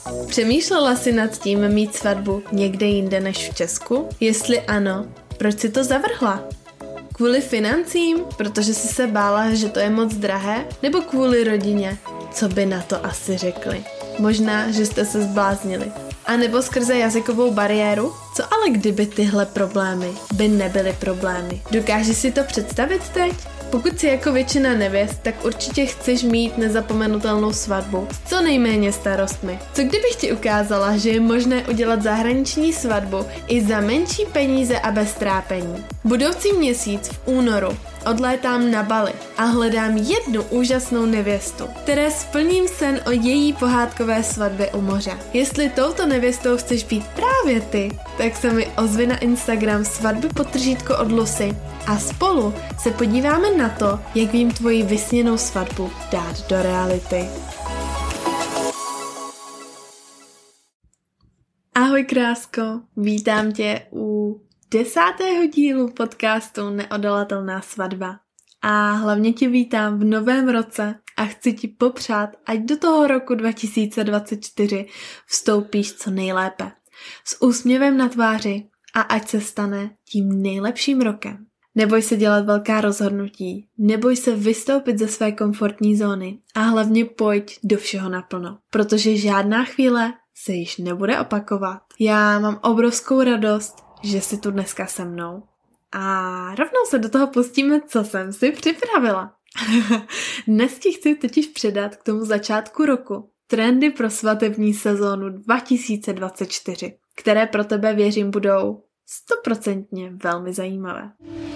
Přemýšlela jsi nad tím mít svatbu někde jinde než v Česku? Jestli ano, proč jsi to zavrhla? Kvůli financím, protože jsi se bála, že to je moc drahé? Nebo kvůli rodině? Co by na to asi řekli? Možná, že jste se zbláznili. A nebo skrze jazykovou bariéru? Co ale kdyby tyhle problémy by nebyly problémy? Dokážeš si to představit teď? Pokud jsi jako většina nevěst, tak určitě chceš mít nezapomenutelnou svatbu s co nejméně starostmi. Co kdybych ti ukázala, že je možné udělat zahraniční svatbu i za menší peníze a bez trápení? Budoucí měsíc v únoru odlétám na Bali a hledám jednu úžasnou nevěstu, které splním sen o její pohádkové svatbě u moře. Jestli touto nevěstou chceš být právě ty, tak se mi ozvi na Instagram svatby_ od Lucy a spolu se podíváme na to, jak vím tvoji vysněnou svatbu dát do reality. Ahoj krásko, vítám tě u 10. dílu podcastu Neodolatelná svatba. A hlavně tě vítám v novém roce a chci ti popřát, ať do toho roku 2024 vstoupíš co nejlépe. S úsměvem na tváři a ať se stane tím nejlepším rokem. Neboj se dělat velká rozhodnutí, neboj se vystoupit ze své komfortní zóny a hlavně pojď do všeho naplno, protože žádná chvíle se již nebude opakovat. Já mám obrovskou radost, že jsi tu dneska se mnou. A rovnou se do toho pustíme, co jsem si připravila. Dnes ti chci totiž předat k tomu začátku roku trendy pro svatební sezónu 2024, které pro tebe věřím budou 100% velmi zajímavé.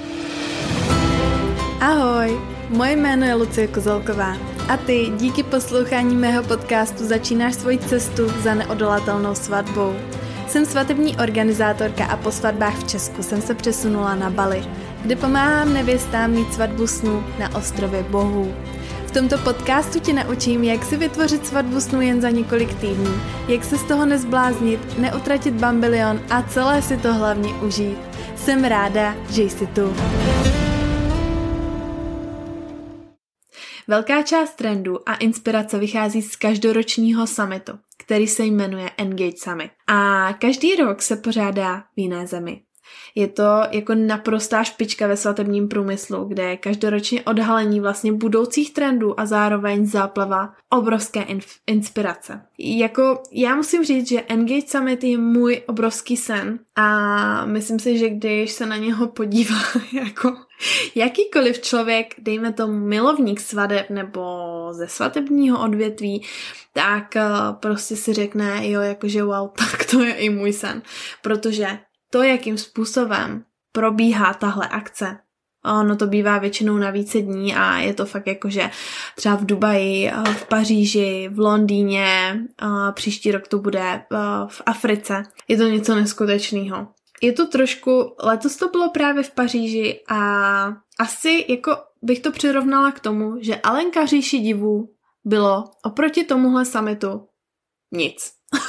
Ahoj, moje jméno je Lucie Kozelková a ty díky poslouchání mého podcastu začínáš svoji cestu za neodolatelnou svatbou. Jsem svatební organizátorka a po svatbách v Česku jsem se přesunula na Bali, kde pomáhám nevěstám mít svatbu snů na ostrově bohů. V tomto podcastu tě naučím, jak si vytvořit svatbu snů jen za několik týdnů, jak se z toho nezbláznit, neutratit bambilion a celé si to hlavně užít. Jsem ráda, že jsi tu. Velká část trendů a inspirace vychází z každoročního summitu, který se jmenuje Engage Summit. A každý rok se pořádá v jiné zemi. Je to jako naprostá špička ve svatebním průmyslu, kde je každoročně odhalení vlastně budoucích trendů a zároveň záplava obrovské inspirace. Já musím říct, že Engage Summit je můj obrovský sen a myslím si, že když se na něho podívá jako jakýkoliv člověk, dejme tomu milovník svadeb nebo ze svatebního odvětví, tak prostě si řekne, jo, jakože wow, tak to je i můj sen, protože to, jakým způsobem probíhá tahle akce, ono to bývá většinou na více dní a je to fakt jakože třeba v Dubaji, v Paříži, v Londýně, příští rok to bude v Africe. Je to něco neskutečného. Je to trošku, letos to bylo právě v Paříži a asi jako bych to přirovnala k tomu, že Alenka říši divů bylo oproti tomuhle summitu nic.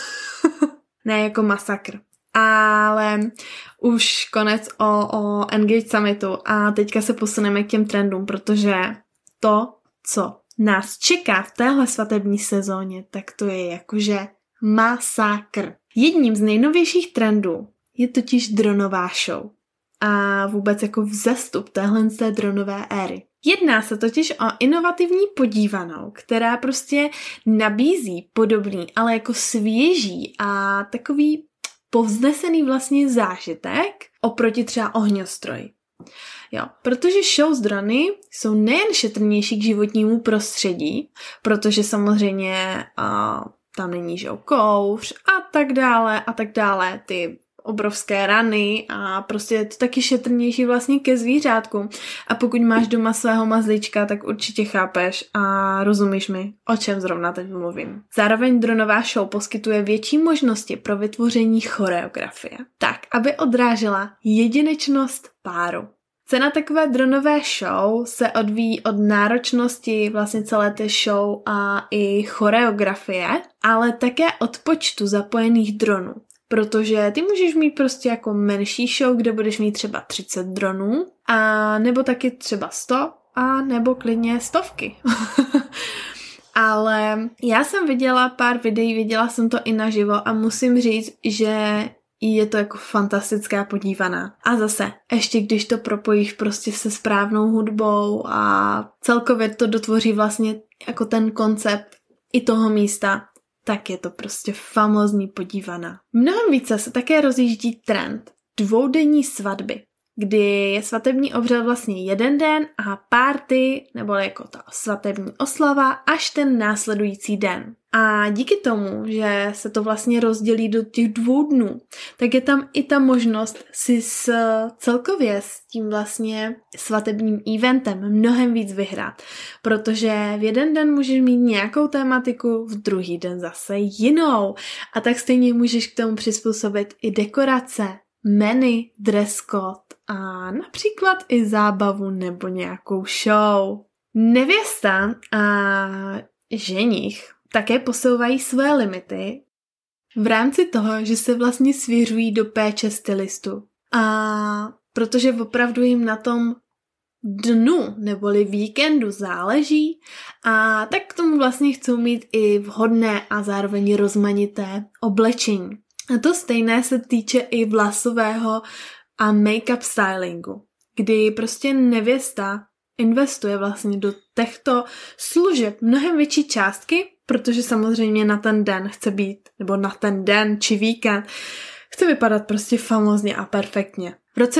Ne jako masakr. Ale už konec o Engage Summitu a teďka se posuneme k těm trendům, protože to, co nás čeká v téhle svatební sezóně, tak to je jakože masakr. Jedním z nejnovějších trendů je totiž dronová show a vůbec jako vzestup téhle dronové éry. Jedná se totiž o inovativní podívanou, která prostě nabízí podobný, ale jako svěží a takový povznesený vlastně zážitek oproti třeba ohňostroji. Jo, protože show z drony jsou nejen šetrnější k životnímu prostředí, protože samozřejmě tam není kouř a tak dále, ty obrovské rany a prostě je to taky šetrnější vlastně ke zvířátkům. A pokud máš doma svého mazlíčka, tak určitě chápeš a rozumíš mi, o čem zrovna teď mluvím. Zároveň dronová show poskytuje větší možnosti pro vytvoření choreografie, tak, aby odrážela jedinečnost páru. Cena takové dronové show se odvíjí od náročnosti vlastně celé té show a i choreografie, ale také od počtu zapojených dronů. Protože ty můžeš mít prostě jako menší show, kde budeš mít třeba 30 dronů, a nebo taky třeba 100, a nebo klidně stovky. ale já jsem viděla pár videí, viděla jsem to i naživo a musím říct, že je to jako fantastická podívaná. A zase, ještě když to propojíš prostě se správnou hudbou a celkově to dotvoří vlastně jako ten koncept i toho místa, tak je to prostě famózní podívaná. Mnohem více se také rozjíždí trend dvoudenní svatby, kdy je svatební obřad vlastně jeden den a party, nebo jako ta svatební oslava, až ten následující den. A díky tomu, že se to vlastně rozdělí do těch 2 dnů, tak je tam i ta možnost si celkově s tím vlastně svatebním eventem mnohem víc vyhrát, protože v jeden den můžeš mít nějakou tématiku, v druhý den zase jinou a tak stejně můžeš k tomu přizpůsobit i dekorace, menu, dress code a například i zábavu nebo nějakou show. Nevěsta a ženich také posouvají své limity v rámci toho, že se vlastně svěřují do péče stylistu. A protože opravdu jim na tom dnu neboli víkendu záleží a tak k tomu vlastně chcou mít i vhodné a zároveň rozmanité oblečení. A to stejné se týče i vlasového a make-up stylingu, kdy prostě nevěsta investuje vlastně do těchto služeb mnohem větší částky, protože samozřejmě na ten den chce být, nebo na ten den či víkend, chce vypadat prostě famózně a perfektně. V roce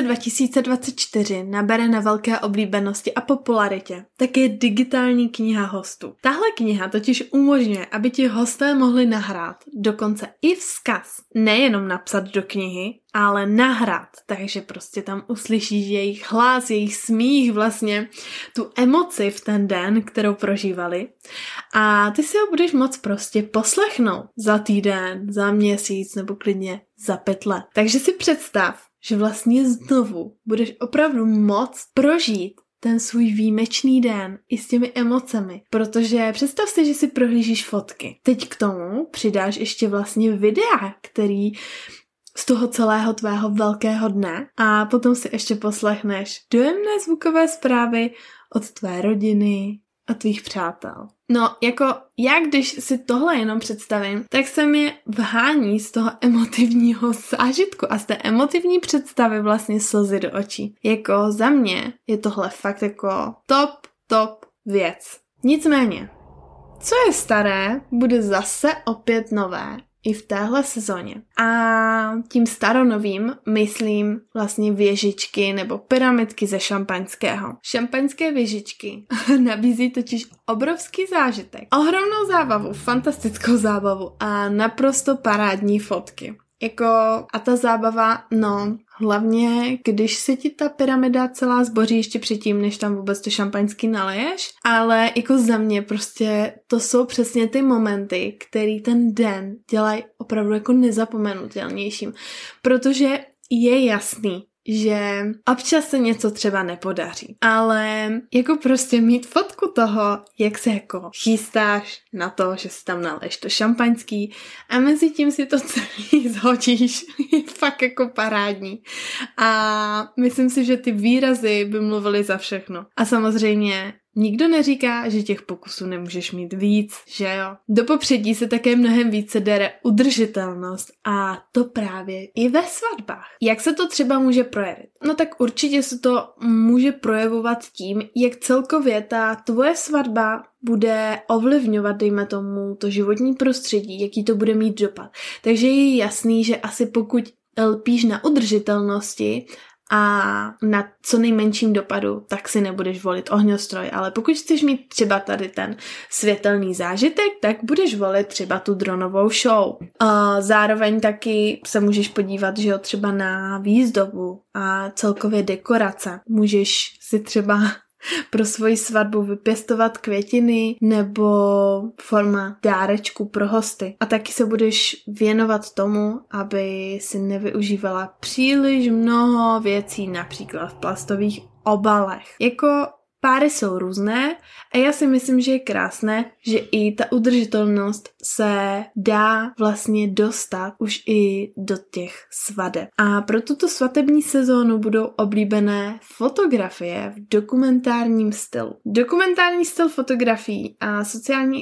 2024 nabere na velké oblíbenosti a popularitě také digitální kniha hostů. Tahle kniha totiž umožňuje, aby ti hosté mohli nahrát dokonce i vzkaz. Nejenom napsat do knihy, ale nahrát. Takže prostě tam uslyšíš jejich hlas, jejich smích, vlastně tu emoci v ten den, kterou prožívali. A ty si ho budeš moct prostě poslechnout za týden, za měsíc nebo klidně za 5 let. Takže si představ, že vlastně znovu budeš opravdu moct prožít ten svůj výjimečný den i s těmi emocemi, protože představ si, že si prohlížíš fotky. Teď k tomu přidáš ještě vlastně videa, který z toho celého tvého velkého dne a potom si ještě poslechneš dojemné zvukové zprávy od tvé rodiny a tvých přátel. No, jako já, když si tohle jenom představím, tak se mi vhání z toho emotivního zážitku a z té emotivní představy vlastně slzy do očí. Jako za mě je tohle fakt jako top věc. Nicméně, co je staré, bude zase opět nové i v téhle sezóně. A tím staronovým myslím vlastně věžičky nebo pyramidky ze šampaňského. Šampaňské věžičky nabízí totiž obrovský zážitek, ohromnou zábavu, fantastickou zábavu a naprosto parádní fotky. A ta zábava, no, hlavně, když se ti ta pyramida celá zboří ještě předtím, než tam vůbec to šampaňský naleješ, ale jako za mě prostě to jsou přesně ty momenty, který ten den dělají opravdu jako nezapomenutelnějším, protože je jasný, že občas se něco třeba nepodaří, ale jako prostě mít fotku toho, jak se jako chystáš na to, že si tam naleješ to šampaňský a mezi tím si to celý zhodíš, je fakt jako parádní. A myslím si, že ty výrazy by mluvily za všechno. A samozřejmě nikdo neříká, že těch pokusů nemůžeš mít víc, že jo? Do popředí se také mnohem více dere udržitelnost a to právě i ve svatbách. Jak se to třeba může projevit? No tak určitě se to může projevovat tím, jak celkově ta tvoje svatba bude ovlivňovat, dejme tomu, to životní prostředí, jaký to bude mít dopad. Takže je jasný, že asi pokud lpíš na udržitelnosti a na co nejmenším dopadu, tak si nebudeš volit ohňostroj, ale pokud chceš mít třeba tady ten světelný zážitek, tak budeš volit třeba tu dronovou show. A zároveň taky se můžeš podívat, že jo, třeba na výzdobu a celkově dekorace. Můžeš si třeba pro svoji svatbu vypěstovat květiny nebo forma dárečku pro hosty. A taky se budeš věnovat tomu, aby si nevyužívala příliš mnoho věcí, například v plastových obalech. Jako páry jsou různé a já si myslím, že je krásné, že i ta udržitelnost se dá vlastně dostat už i do těch svadeb. A pro tuto svatební sezónu budou oblíbené fotografie v dokumentárním stylu. Dokumentární styl fotografií a sociální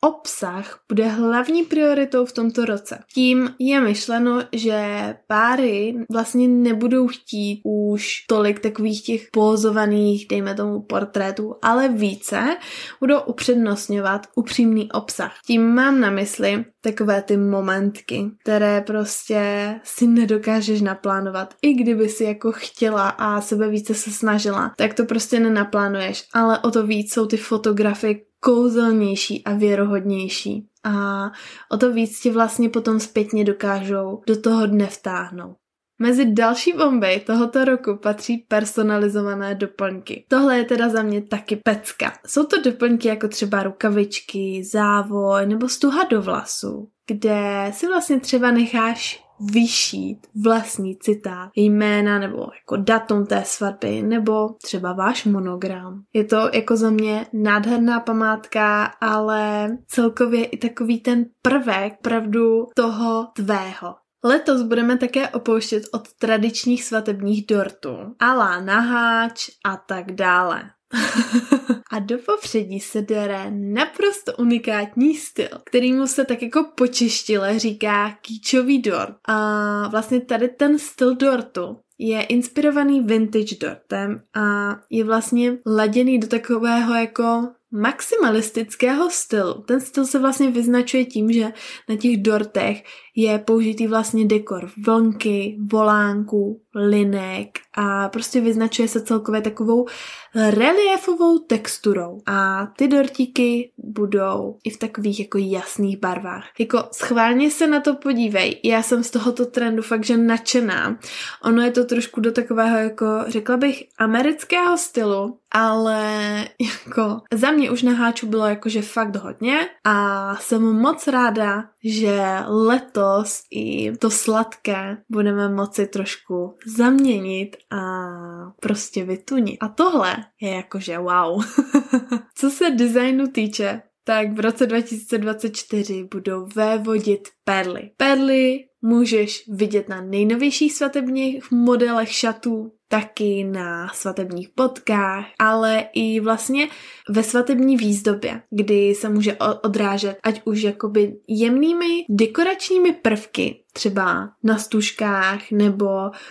obsah bude hlavní prioritou v tomto roce. Tím je myšleno, že páry vlastně nebudou chtít už tolik takových těch pózovaných, dejme tomu, portrétů, ale více budou upřednostňovat upřímný obsah. Tím mám na mysli takové ty momentky, které prostě si nedokážeš naplánovat. I kdyby si jako chtěla a sebe více se snažila, tak to prostě nenaplánuješ, ale o to víc jsou ty fotografie kouzelnější a věrohodnější. A o to víc tě vlastně potom zpětně dokážou do toho dne vtáhnout. Mezi další bomby tohoto roku patří personalizované doplňky. Tohle je teda za mě taky pecka. Jsou to doplňky jako třeba rukavičky, závoj nebo stuha do vlasů, kde si vlastně třeba necháš vyšít vlastní citát, jména nebo jako datum té svatby nebo třeba váš monogram. Je to jako za mě nádherná památka, ale celkově i takový ten prvek pravdu toho tvého. Letos budeme také opouštět od tradičních svatebních dortů, ala naháč a tak dále. A do popředí se dere naprosto unikátní styl, kterýmu se tak jako počeštile říká kýčový dort. A vlastně tady ten styl dortu je inspirovaný vintage dortem a je vlastně laděný do takového jako maximalistického stylu. Ten styl se vlastně vyznačuje tím, že na těch dortech je použitý vlastně dekor vlnky, volánků, linek a prostě vyznačuje se celkově takovou reliéfovou texturou. A ty dortíky budou i v takových jako jasných barvách. Jako schválně se na to podívej. Já jsem z tohoto trendu fakt, že nadšená. Ono je to trošku do takového jako, řekla bych, amerického stylu, ale jako za mě už na háču bylo jakože fakt hodně a jsem moc ráda, že letos i to sladké budeme moci trošku zaměnit a prostě vytunit. A tohle je jakože wow. Co se designu týče, tak v roce 2024 budou vévodit perly. Perly můžeš vidět na nejnovějších svatebních modelech šatů, taky na svatebních potkách, ale i vlastně ve svatební výzdobě, kdy se může odrážet ať už jakoby jemnými dekoračními prvky, třeba na stužkách nebo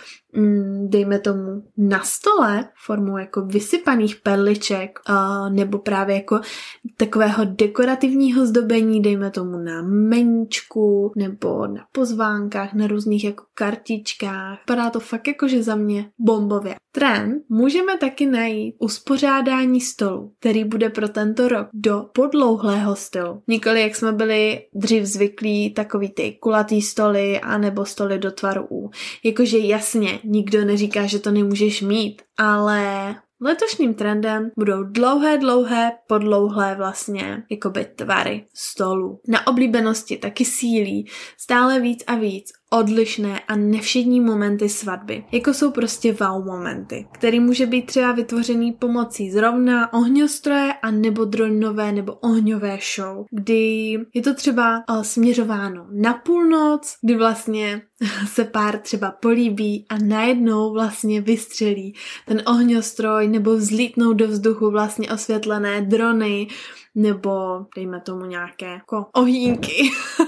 dejme tomu na stole formou jako vysypaných perliček nebo právě jako takového dekorativního zdobení, dejme tomu na meníčku nebo na pozvánkách, na různých jako kartičkách. Padá to fakt jakože za mě bombově. Trend můžeme taky najít uspořádání stolu, který bude pro tento rok do podlouhlého stylu. Nikoli jak jsme byli dřív zvyklí, takový ty kulatý stoly anebo stoly do tvaru U. Jakože jasně, nikdo neříká, že to nemůžeš mít, ale letošním trendem budou dlouhé, podlouhlé vlastně jakoby tvary stolů. Na oblíbenosti taky sílí stále víc a víc odlišné a nevšední momenty svatby. Jako jsou prostě wow momenty, který může být třeba vytvořený pomocí zrovna ohňostroje a nebo dronové nebo ohňové show, kdy je to třeba směřováno na půlnoc, kdy vlastně se pár třeba políbí a najednou vlastně vystřelí ten ohňostroj nebo vzlítnou do vzduchu vlastně osvětlené drony nebo dejme tomu nějaké jako ohýnky.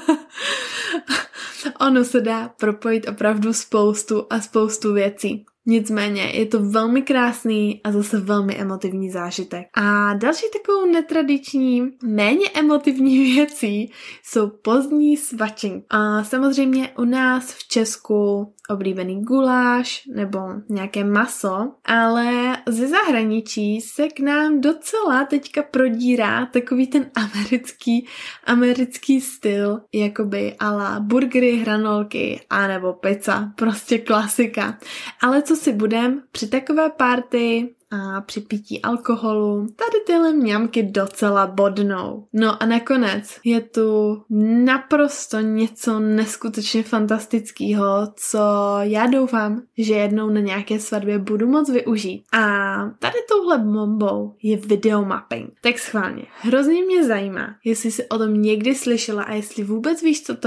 Ono se dá propojit opravdu spoustu věcí. Nicméně je to velmi krásný a zase velmi emotivní zážitek. A další takovou netradiční, méně emotivní věcí jsou pozdní svačinky. A samozřejmě u nás v Česku oblíbený guláš nebo nějaké maso, ale ze zahraničí se k nám docela teďka prodírá takový ten americký styl, jakoby a la burgery, hranolky a nebo pizza, prostě klasika. Ale co si budem, při takové party a při pití alkoholu tady tyhle mňamky docela bodnou. No a nakonec je tu naprosto něco neskutečně fantastického, co já doufám, že jednou na nějaké svatbě budu moc využít. A tady touhle bombou je videomapping. Tak schválně, hrozně mě zajímá, jestli jsi o tom někdy slyšela a jestli vůbec víš, co to je.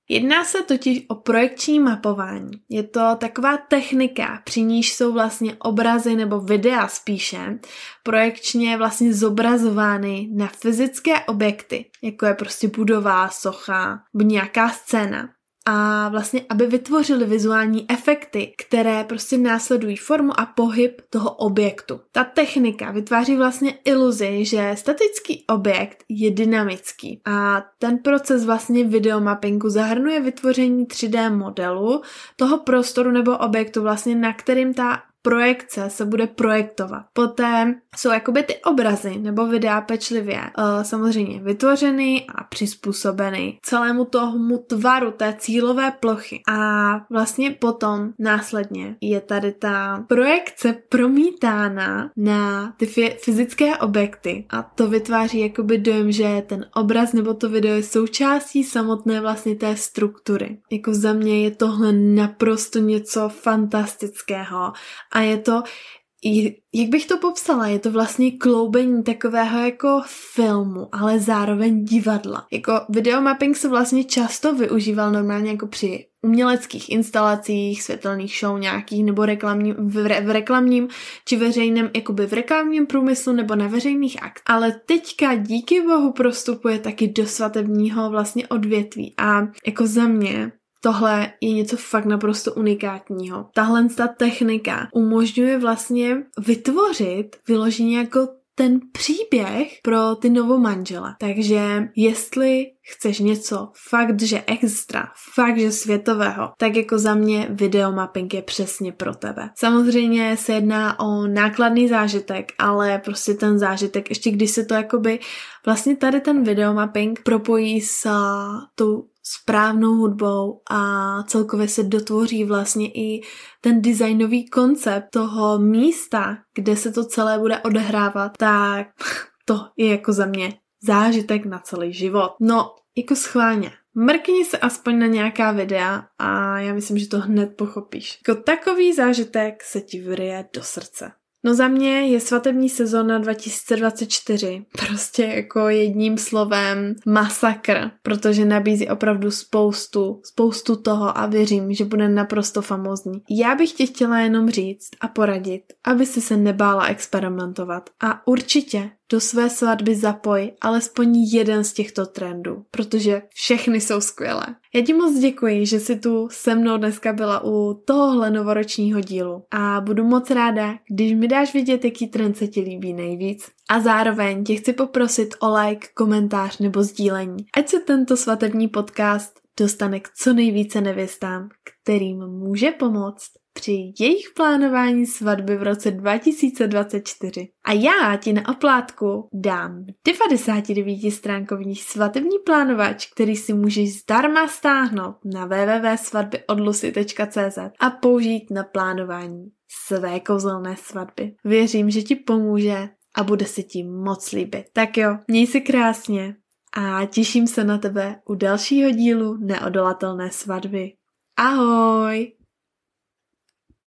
Jedná se totiž o projekční mapování. Je to taková technika, při níž jsou vlastně obrazy nebo videa spíše projekčně vlastně zobrazovány na fyzické objekty, jako je prostě budova, socha nebo nějaká scéna. A vlastně, aby vytvořili vizuální efekty, které prostě následují formu a pohyb toho objektu. Ta technika vytváří vlastně iluzi, že statický objekt je dynamický a ten proces vlastně videomappingu zahrnuje vytvoření 3D modelu toho prostoru nebo objektu vlastně, na kterým ta projekce se bude projektovat. Poté jsou jakoby ty obrazy nebo videa pečlivě samozřejmě vytvořeny a přizpůsobeny celému tomu tvaru té cílové plochy. A vlastně potom následně je tady ta projekce promítána na ty fyzické objekty a to vytváří jakoby dojem, že ten obraz nebo to video je součástí samotné vlastně té struktury. Jako za mě je tohle naprosto něco fantastického a je to, jak bych to popsala, je to vlastně kloubení takového jako filmu, ale zároveň divadla. Jako videomapping se vlastně často využíval normálně jako při uměleckých instalacích, světelných show nějakých, nebo v reklamním či veřejném, jakoby v reklamním průmyslu nebo na veřejných akcích. Ale teďka díky bohu prostupuje taky do svatebního vlastně odvětví a jako za mě tohle je něco fakt naprosto unikátního. Tahle ta technika umožňuje vlastně vytvořit vyloženě jako ten příběh pro ty novomanžele. Takže jestli chceš něco fakt, že extra, fakt, že světového, tak jako za mě videomapping je přesně pro tebe. Samozřejmě se jedná o nákladný zážitek, ale prostě ten zážitek, ještě když se to jakoby vlastně tady ten videomapping propojí s tou správnou hudbou a celkově se dotvoří vlastně i ten designový koncept toho místa, kde se to celé bude odehrávat, tak to je jako za mě zážitek na celý život. No, jako schválně. Mrkni se aspoň na nějaká videa a já myslím, že to hned pochopíš. Jako takový zážitek se ti vryje do srdce. No za mě je svatební sezóna 2024 prostě jako jedním slovem masakr, protože nabízí opravdu spoustu toho a věřím, že bude naprosto famózní. Já bych ti chtěla jenom říct a poradit, aby si se nebála experimentovat a určitě do své svatby zapoj alespoň jeden z těchto trendů, protože všechny jsou skvělé. Já ti moc děkuji, že jsi tu se mnou dneska byla u tohohle novoročního dílu a budu moc ráda, když mi dáš vědět, jaký trend se ti líbí nejvíc. A zároveň tě chci poprosit o like, komentář nebo sdílení, ať se tento svatební podcast dostane k co nejvíce nevěstám, kterým může pomoct při jejich plánování svatby v roce 2024. A já ti na oplátku dám 99stránkový svatební plánovač, který si můžeš zdarma stáhnout na www.svatbyodlusy.cz a použít na plánování své kouzelné svatby. Věřím, že ti pomůže a bude se ti moc líbit. Tak jo, měj se krásně a těším se na tebe u dalšího dílu Neodolatelné svatby. Ahoj!